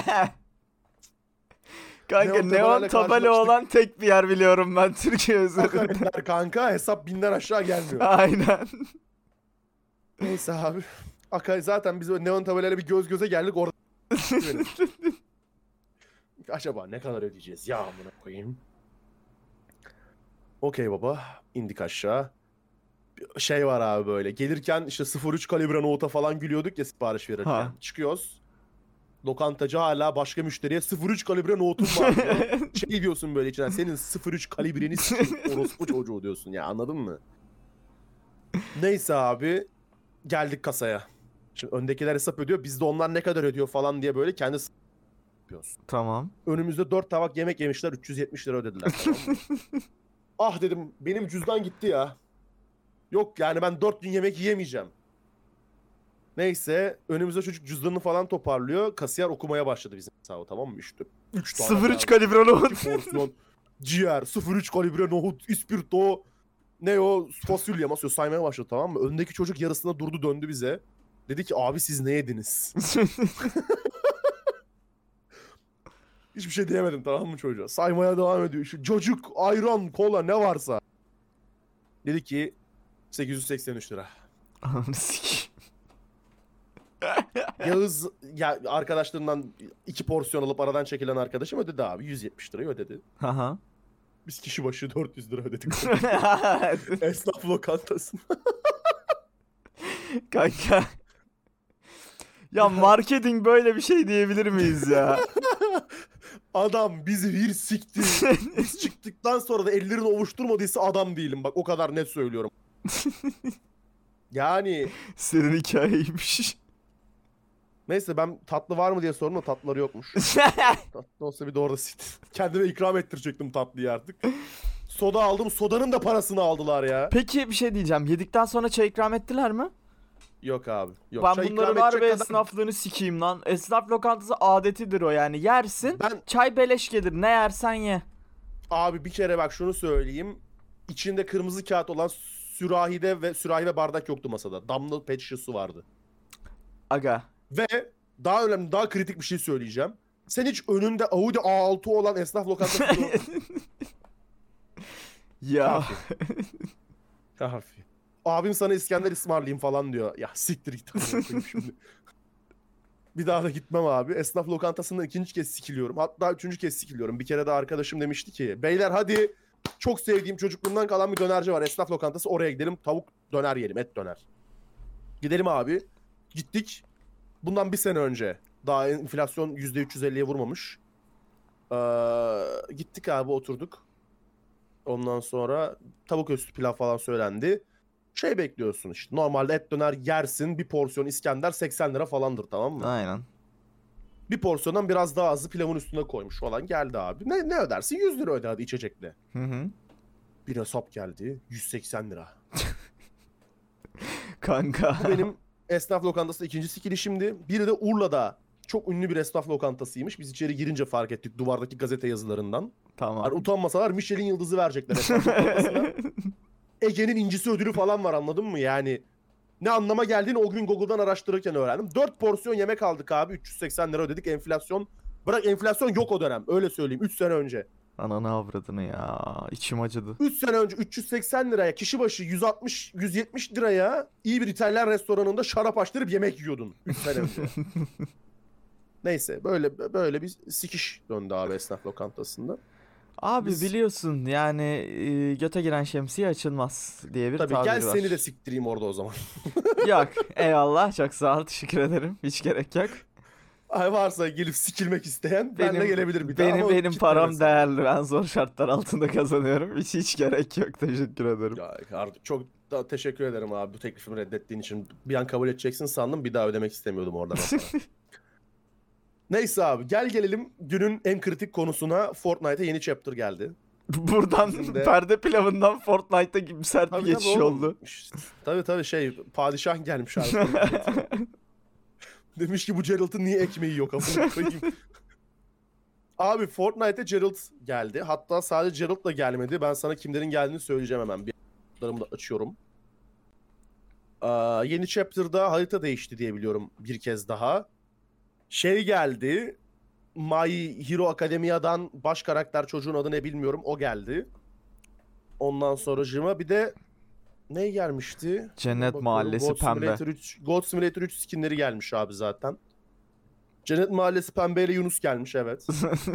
Kanka Neon neon tabelayla tabela karşılaştık. olan tek bir yer biliyorum ben Türkiye üzerinde. Akaretler kanka, hesap 1000'den aşağı gelmiyor. Aynen. Neyse abi. Zaten biz o neon tabelayla bir göz göze geldik orada. Acaba ne kadar ödeyeceğiz ya amına koyayım. Okey baba, indik aşağı. Şey var abi böyle. Gelirken işte 0.3 kalibre nohuta falan gülüyorduk ya sipariş verirken. Ha. Çıkıyoruz. Lokantacı hala başka müşteriye 0.3 kalibre nohutum var diyor. Şey diyorsun böyle içinden, senin 0.3 kalibreni sikeyim, orospu çocuğu diyorsun ya, anladın mı? Neyse abi geldik kasaya. Şimdi öndekiler hesap ödüyor. Biz de onlar ne kadar ödüyor falan diye böyle kendi yapıyoruz. Tamam. Önümüzde 4 tabak yemek yemişler, 370 lira ödediler, tamam mı? Ah dedim, benim cüzdan gitti ya. Yok yani ben 4 gün yemek yiyemeyeceğim. Neyse önümüzde çocuk cüzdanını falan toparlıyor. Kasiyer okumaya başladı bizim hesabı, tamam mı? İşte 3 tane 03 kalibre nohut. 2 porsiyon ciğer, 0,3 kalibre nohut, ispirto, ne o fasulye masıyor saymaya başladı, tamam mı? Öndeki çocuk yarısına durdu, döndü bize. Dedi ki abi siz ne yediniz? Hiçbir şey diyemedim, tamam mı çocuğa? Saymaya devam ediyor. Şu çocuk ayran, kola ne varsa. Dedi ki 883 lira. Ananı sikeyim. Yağız ya arkadaşlarından 2 porsiyon alıp aradan çekilen arkadaşım ödedi abi. 170 lirayı ödedi. Haha. Biz kişi başı 400 lira ödedik. Esnaf lokantasında. Kanka. Ya marketing böyle bir şey diyebilir miyiz ya? Adam bizi bir sikti. Biz çıktıktan sonra da ellerini ovuşturmadıysa adam değilim. Bak o kadar net söylüyorum. Yani Senin hikayeymiş. neyse ben tatlı var mı diye sordum da tatlıları yokmuş. Tatlı olsa bir de orada sikti. Kendime ikram ettirecektim tatlıyı artık. Soda aldım. Sodanın da parasını aldılar ya. Peki bir şey diyeceğim. Yedikten sonra çay ikram ettiler mi? Yok abi. Yok. Ben Çay bunların ikram harbi edecek kadar- esnaflığını sikeyim lan. Esnaf lokantası adetidir o yani. Yersin, Ben çay beleş gelir. Ne yersen ye. abi bir kere bak şunu söyleyeyim. İçinde kırmızı kağıt olan sürahide bardak yoktu masada. Damla pet şişesi vardı. Aga. Ve daha önemli, daha kritik bir şey söyleyeceğim. Sen hiç önünde Audi A6 olan esnaf lokantası Ya. Kafi. Kafi. Abim sana İskender ısmarlayayım falan diyor. Ya siktir git. Şimdi. Bir daha da gitmem abi. Esnaf lokantasında ikinci kez sikiliyorum. Hatta üçüncü kez sikiliyorum. Bir kere de arkadaşım demişti ki beyler hadi çok sevdiğim çocukluğumdan kalan bir dönerci var. Esnaf lokantası, oraya gidelim. Tavuk döner yiyelim. Et döner. Gidelim abi. Gittik. Bundan bir sene önce. Daha enflasyon %350'ye vurmamış. Gittik abi, oturduk. Ondan sonra tavuk üstü pilav falan söylendi. Şey bekliyorsun işte. Normalde et döner yersin. Bir porsiyon İskender 80 lira falandır, tamam mı? Aynen. Bir porsiyondan biraz daha azı pilavın üstüne koymuş falan, geldi abi. Ne ödersin? 100 lira öde hadi içecekle. Hı hı. Bir hesap geldi. 180 lira. Kanka. Bu benim esnaf lokantasında ikinci sikilişimdi. Biri de Urla'da çok ünlü bir esnaf lokantasıymış. Biz içeri girince fark ettik duvardaki gazete yazılarından. Tamam. Yani utanmasalar Michelin yıldızı verecekler esnaf lokantasına. Ege'nin incisi ödülü falan var, anladın mı? Yani ne anlama geldiğini o gün Google'dan araştırırken öğrendim. 4 porsiyon yemek aldık abi. 380 lira ödedik. Enflasyon. Bırak enflasyon yok o dönem. Öyle söyleyeyim. 3 sene önce. Ananı avradını ya. İçim acıdı. 3 sene önce 380 liraya, kişi başı 170 liraya iyi bir İtalyan restoranında şarap açtırıp yemek yiyordun 3 sene önce. Neyse böyle bir sikiş döndü abi esnaf lokantasında. Abi Biz- biliyorsun yani göte giren şemsiye açılmaz diye bir Tabii tabir gel var. seni de siktireyim orada o zaman. Yok, eyvallah, çok sağ ol, teşekkür ederim. Hiç gerek yok. Ay varsa gelip sikilmek isteyen benimle gelebilir bir daha. benim ama benim param gitmemesin. değerli. Ben zor şartlar altında kazanıyorum. Hiç gerek yok. Teşekkür ederim. Ya artık çok da teşekkür ederim abi bu teklifimi reddettiğin için. Bir an kabul edeceksin sandım, bir daha ödemek istemiyordum oradan. Neyse abi gel gelelim günün en kritik konusuna. Fortnite'a yeni chapter geldi. Buradan Bizim de- perde pilavından Fortnite'a gibi sert bir Tabii, geçiş tabii oğlum. oldu. Tabii şey padişah gelmiş abi. Demiş ki bu Geralt'ın niye ekmeği yok amına koyayım. Abi Fortnite'a Geralt geldi. Hatta sadece Geralt da gelmedi. Ben sana kimlerin geldiğini söyleyeceğim hemen. Bir da açıyorum. Yeni chapter'da harita değişti diye biliyorum bir kez daha. Şey geldi. My Hero Academia'dan baş karakter, çocuğun adı ne bilmiyorum, o geldi. Ondan sonracığıma bir de ne gelmişti? Cennet Bakıyorum, Mahallesi God pembe. Simulator 3, God Simulator 3 skinleri gelmiş abi zaten. Cennet Mahallesi pembe ile Yunus gelmiş, evet.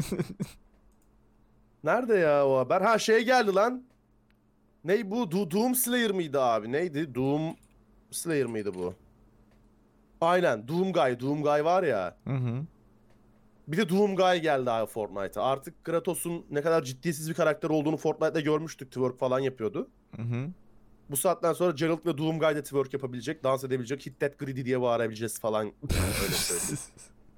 Nerede ya o haber? Ha şey geldi lan. Ne bu? Doom Slayer mıydı abi? Neydi? Doom Slayer mıydı bu? Aynen. Doom Guy var ya. Hı hı. Bir de Doom Guy geldi abi Fortnite'a. Artık Kratos'un ne kadar ciddiyetsiz bir karakter olduğunu Fortnite'da görmüştük. Twerk falan yapıyordu. Hı hı. Bu saatten sonra Geralt ve Doom Guy de twerk yapabilecek, dans edebilecek, hit that greedy diye bağırabileceğiz falan. Öyle söyleyeyim.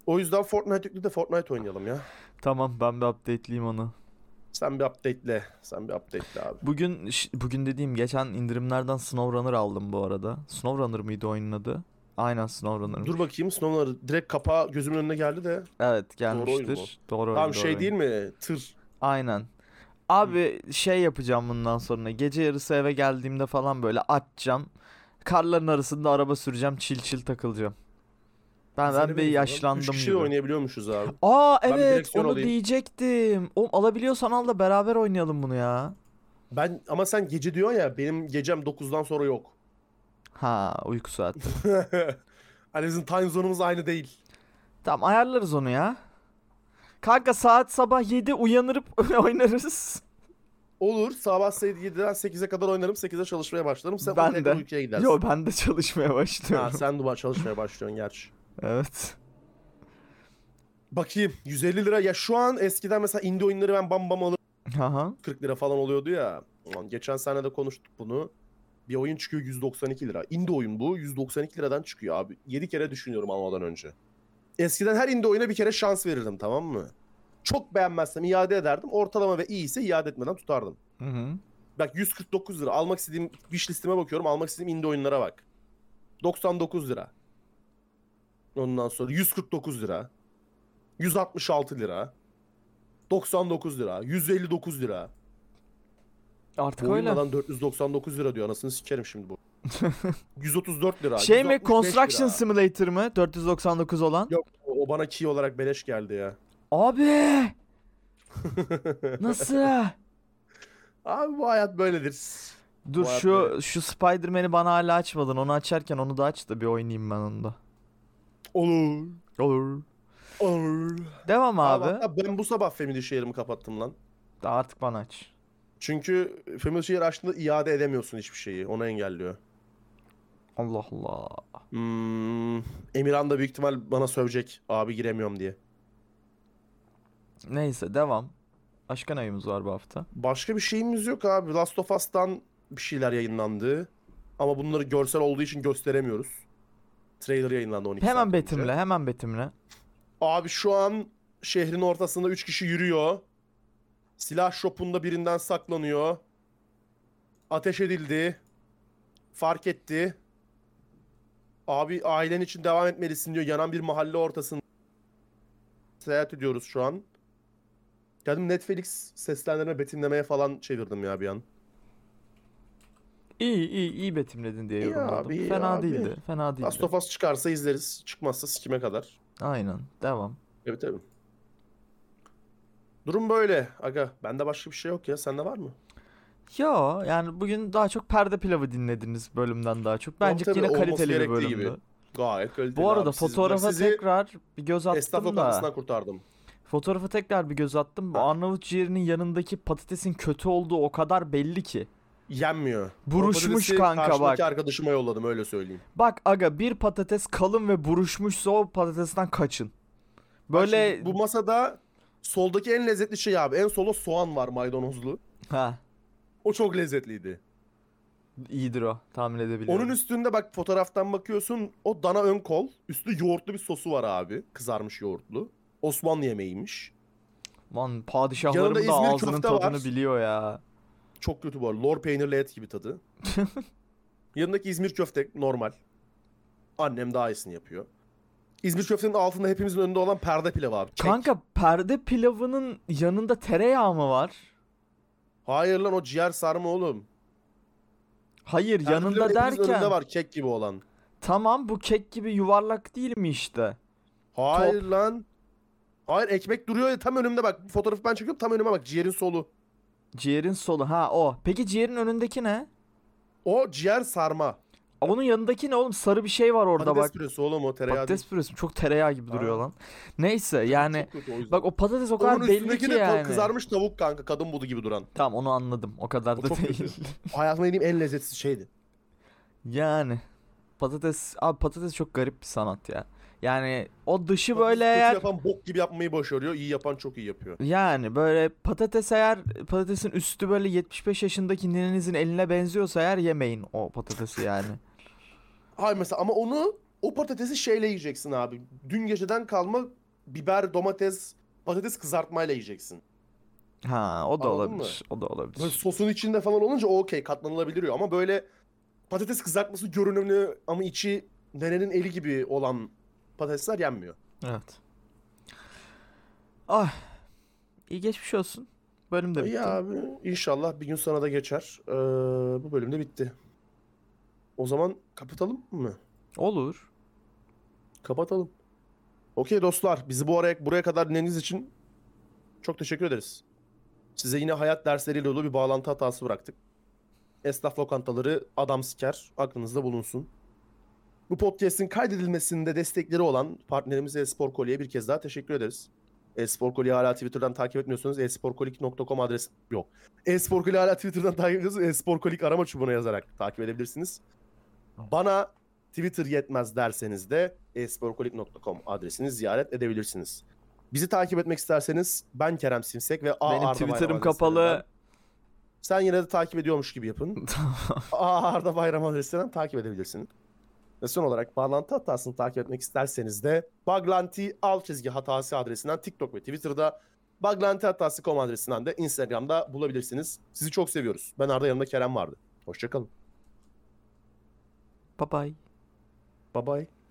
O yüzden Fortnite yüklü de Fortnite oynayalım ya. Tamam, ben bir updateleyeyim onu. Sen bir update'le. Abi. Bugün dediğim geçen indirimlerden SnowRunner aldım bu arada. SnowRunner mıydı oyunun adı? Aynen SnowRunner. Dur bakayım sınavları. Direkt kapağı gözümün önüne geldi de. Evet, oyun gelmiştir. Doğru oyun. Tamam doğru şey oyun. değil mi? Tır. Aynen. Abi şey yapacağım bundan sonra. Gece yarısı eve geldiğimde falan böyle açacağım. Karların arasında araba süreceğim. Chill takılacağım. Ben bir yaşlandım 3 kişi gibi. oynayabiliyormuşuz abi. Aa Ben bir evet, direksiyon onu alayım. diyecektim. Oğlum alabiliyorsan al da beraber oynayalım bunu ya. Ama sen gece diyorsun ya, benim gecem 9'dan sonra yok. Ha, uyku saati. Hani bizim time zone'umuz aynı değil. Tamam, ayarlarız onu ya. Kanka saat sabah 7 uyanırıp oynarız. Olur. Sabah 7'den 8'e kadar oynarım. 8'e çalışmaya başlarım. Sen Ben tekrar de. uykuya gidersin. Yo, ben de çalışmaya başlıyorum. Ha, sen de çalışmaya başlıyorsun gerçi. Evet. Bakayım 150 lira. Ya şu an eskiden mesela indie oyunları ben bam alırım. Aha. 40 lira falan oluyordu ya. Ulan geçen sene de konuştuk bunu. Bir oyun çıkıyor 192 lira. Indie oyun bu. 192 liradan çıkıyor abi. 7 kere düşünüyorum almadan önce. Eskiden her indie oyuna bir kere şans verirdim, tamam mı? Çok beğenmezsem iade ederdim. Ortalama ve iyi ise iade etmeden tutardım. Hı. Bak 149 lira. Almak istediğim wish listeme bakıyorum. Almak istediğim indie oyunlara bak. 99 lira. Ondan sonra 149 lira. 166 lira. 99 lira. 159 lira. Artık Bu öyle. oyundan 499 lira diyor. Anasını sikerim şimdi bu. 134 lira. Şey mi, 165 Construction lira. Simulator mı? 499 olan. Yok, o bana key olarak beleş geldi ya. Abi nasıl? Abi bu hayat böyledir. Dur, Bu hayat şu böyle. Spider-Man'i bana hala açmadın. Onu açarken onu da aç da bir oynayayım ben onu da. Olur. Olur. Olur. Devam abi. Hatta ben bu sabah Family Share'ımı kapattım lan. Da artık bana aç. Çünkü Family Share açtığında iade edemiyorsun hiçbir şeyi. Onu engelliyor. Allah Allah. Emirhan da büyük ihtimal bana sövecek. Abi giremiyorum diye. Neyse, devam. Başka neyimiz var bu hafta? Başka bir şeyimiz yok abi. Last of Us'tan bir şeyler yayınlandı. Ama bunları görsel olduğu için gösteremiyoruz. Trailer yayınlandı 12 Hemen saat betimle, önce. hemen betimle. Abi şu an şehrin ortasında 3 kişi yürüyor. Silah shop'unda birinden saklanıyor. Ateş edildi. Fark etti. Abi ailen için devam etmelisin diyor. Yanan bir mahalle ortasında. Seyahat ediyoruz şu an. Geldim Netflix seslendirme betimlemeye falan çevirdim ya bir an. İyi betimledin diye İyi yorumladım. abi, iyi Fena abi. değildi, fena değildi. Last of Us çıkarsa izleriz. Çıkmazsa sikime kadar. Aynen, devam. Evet tabii. Durum böyle. Aga bende başka bir şey yok ya. Sende var mı? Yo, yani bugün daha çok perde pilavı dinlediniz bölümden daha çok. Bence tabii, yine olması kaliteli bir gerektiği bölümdü. gibi. Gayet kaliteli Bu arada abi. fotoğrafa Sizi tekrar bir göz esnaf attım lokantasından da. kurtardım. Fotoğrafa tekrar bir göz attım. Bu Ha. Arnavut ciğerinin yanındaki patatesin kötü olduğu o kadar belli ki. Yenmiyor. Buruşmuş O patatesi kanka karşımdaki bak. arkadaşıma yolladım, öyle söyleyeyim. Bak aga, bir patates kalın ve buruşmuşsa o patatesten kaçın. Bak Böyle şimdi bu masada soldaki en lezzetli şey abi. En solda soğan var, maydanozlu. ha, O çok lezzetliydi. iyidir o, tahmin edebiliyorum. Onun üstünde bak, fotoğraftan bakıyorsun, o dana ön kol. Üstü yoğurtlu bir sosu var abi. Kızarmış yoğurtlu. Osmanlı yemeğiymiş. Lan Yanında padişahlarım da İzmir ağzının köfte tadını var. biliyor ya. Çok kötü bu arada. Lor peynirli et gibi tadı. Yanındaki İzmir köfte normal. Annem daha iyisini yapıyor. İzmir köftenin altında hepimizin önünde olan perde pilavı abi. Kek. Kanka, perde pilavının yanında tereyağı mı var? Hayır lan, o ciğer sarma oğlum. Hayır, Perde yanında pilavın hepimizin önünde derken var kek gibi olan. tamam, bu kek gibi yuvarlak değil mi işte? Hayır lan. Hayır, ekmek duruyor ya tam önümde bak. Fotoğrafı ben çekiyorum, tam önüme bak, ciğerin solu. Ciğerin solu, ha o. Peki ciğerin önündeki ne? O ciğer sarma. Onun yanındaki ne oğlum? Sarı bir şey var orada Patates bak. püresi oğlum, o tereyağı Patates değil. püresi çok tereyağı gibi duruyor Ha. lan. Neyse yani Çok kötü o yüzden. bak, o patates o kadar Onun belli üstündeki ki de yani. kızarmış tavuk kanka, kadın budu gibi duran. Tamam, onu anladım. O kadar O da çok değil. kötü. Hayatımda yediğim en lezzetsiz şeydi. Yani patates çok garip bir sanat ya. Yani o dışı Patatesi böyle kötü eğer yapan bok gibi yapmayı başarıyor. İyi yapan çok iyi yapıyor. yani böyle patatesin üstü böyle 75 yaşındaki ninenizin eline benziyorsa eğer yemeyin o patatesi yani. Hayır mesela, ama onu O patatesi şeyle yiyeceksin abi. Dün geceden kalma biber, domates, patates kızartmayla yiyeceksin. Ha, o da Anladın mı? olabilir. O da Böyle olabilir. sosun içinde falan olunca o okey, katlanılabiliyor. Ama böyle patates kızartması görünümlü ama içi nenenin eli gibi olan patatesler yenmiyor. Evet. Ah, iyi geçmiş olsun. Bölüm de İyi bitti. abi, inşallah bir gün sana da geçer. Bu bölüm de bitti. O zaman kapatalım mı? Olur. Kapatalım. Okey dostlar, bizi buraya kadar dinlediğiniz için çok teşekkür ederiz. Size yine hayat dersleriyle dolu bir bağlantı hatası bıraktık. Esnaf lokantaları adam siker, aklınızda bulunsun. Bu podcast'in kaydedilmesinde destekleri olan partnerimiz Espor Koli'ye bir kez daha teşekkür ederiz. Espor Koli'yi hala Twitter'dan takip etmiyorsanız esporkolik.com adres yok. Espor Koli'yi hala Twitter'dan takip ediyorsanız esporkolik arama çubuğuna yazarak takip edebilirsiniz. Bana Twitter yetmez derseniz de esporkolik.com adresini ziyaret edebilirsiniz. Bizi takip etmek isterseniz ben Kerem Simsek ve A Benim Arda Bayram Twitter'ım adreslerinden. kapalı. Sen yine de takip ediyormuş gibi yapın. Tamam. A Arda Bayram adresinden takip edebilirsiniz. Ve son olarak bağlantı hatasını takip etmek isterseniz de baglanti_hatası adresinden TikTok ve Twitter'da, baglantihatası.com adresinden de Instagram'da bulabilirsiniz. Sizi çok seviyoruz. Ben Arda, yanımda Kerem vardı. Hoşçakalın. Bye bye. Bye bye.